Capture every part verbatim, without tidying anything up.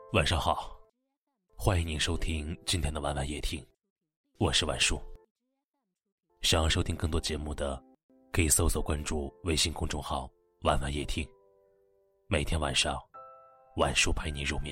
晚上好，欢迎您收听今天的晚晚夜听，我是晚叔。想要收听更多节目的，可以搜索关注微信公众号晚晚夜听，每天晚上晚叔陪你入眠。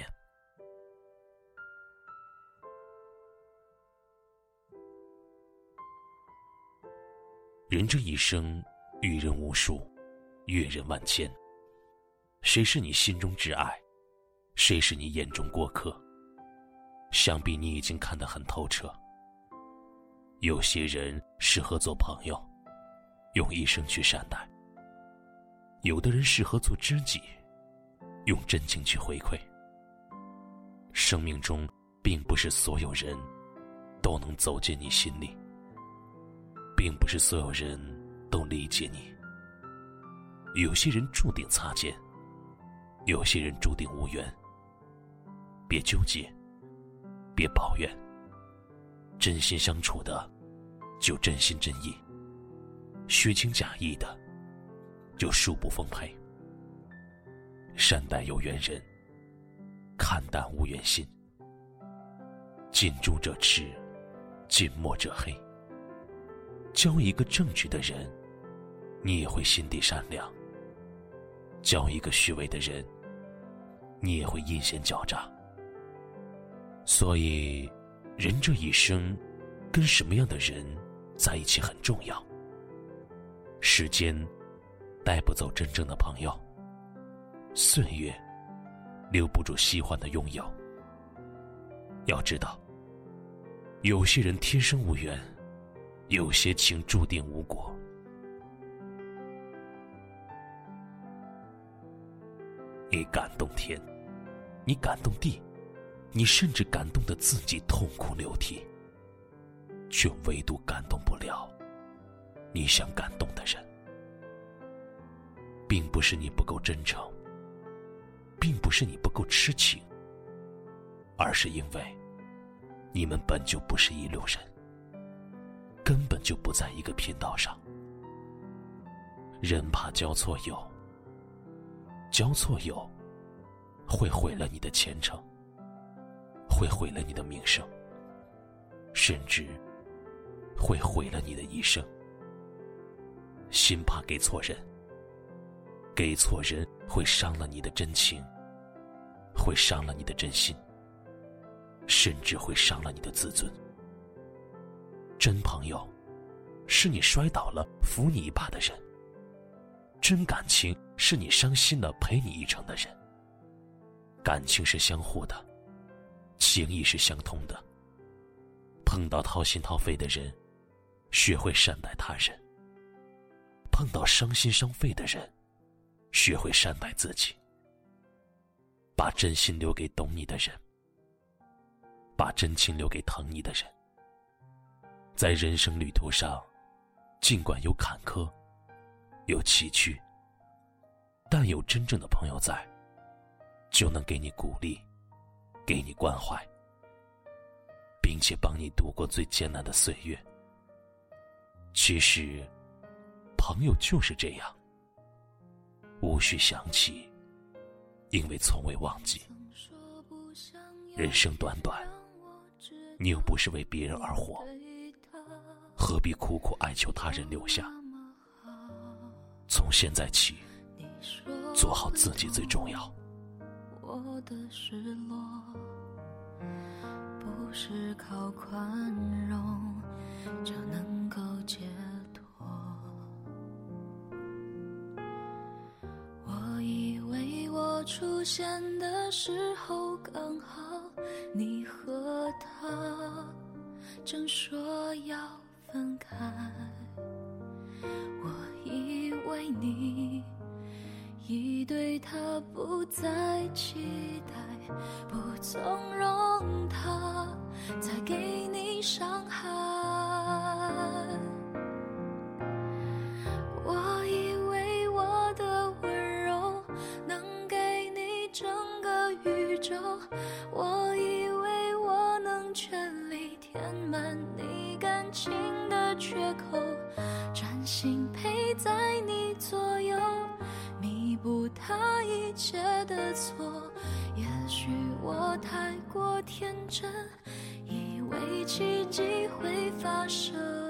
人这一生遇人无数，阅人万千，谁是你心中挚爱，谁是你眼中过客，想必你已经看得很透彻。有些人适合做朋友，用一生去善待；有的人适合做知己，用真情去回馈。生命中并不是所有人都能走进你心里，并不是所有人都理解你。有些人注定擦肩，有些人注定无缘。别纠结，别抱怨，真心相处的就真心真意，虚情假意的就恕不奉陪。善待有缘人，看淡无缘心。近朱者赤，近墨者黑。交一个正直的人，你也会心地善良；交一个虚伪的人，你也会阴险狡诈。所以，人这一生，跟什么样的人在一起很重要。时间带不走真正的朋友，岁月留不住喜欢的拥有。要知道，有些人天生无缘，有些情注定无果。你感动天，你感动地，你甚至感动的自己痛哭流涕，却唯独感动不了你想感动的人。并不是你不够真诚，并不是你不够痴情，而是因为你们本就不是一路人，根本就不在一个频道上。人怕交错友，交错友会毁了你的前程，会毁了你的名声，甚至会毁了你的一生。心怕给错人，给错人会伤了你的真情，会伤了你的真心，甚至会伤了你的自尊。真朋友是你摔倒了扶你一把的人，真感情是你伤心了陪你一程的人。感情是相互的，情谊是相通的。碰到掏心掏肺的人，学会善待他人；碰到伤心伤肺的人，学会善待自己。把真心留给懂你的人，把真情留给疼你的人。在人生旅途上，尽管有坎坷，有崎岖，但有真正的朋友在，就能给你鼓励，给你关怀，并且帮你度过最艰难的岁月。其实，朋友就是这样，无需想起，因为从未忘记。人生短短，你又不是为别人而活，何必苦苦哀求他人留下？从现在起，做好自己最重要。 我的失落不是靠宽容就能够解脱。我以为我出现的时候刚好你和他正说要分开，我以为你已对他不再期待，不纵容他再给你伤害。我以为我的温柔能给你整个宇宙，我以为我能全力填满你感情的缺口，专心陪在你左右，弥补他一切的错。也许我天真，以为奇迹会发生。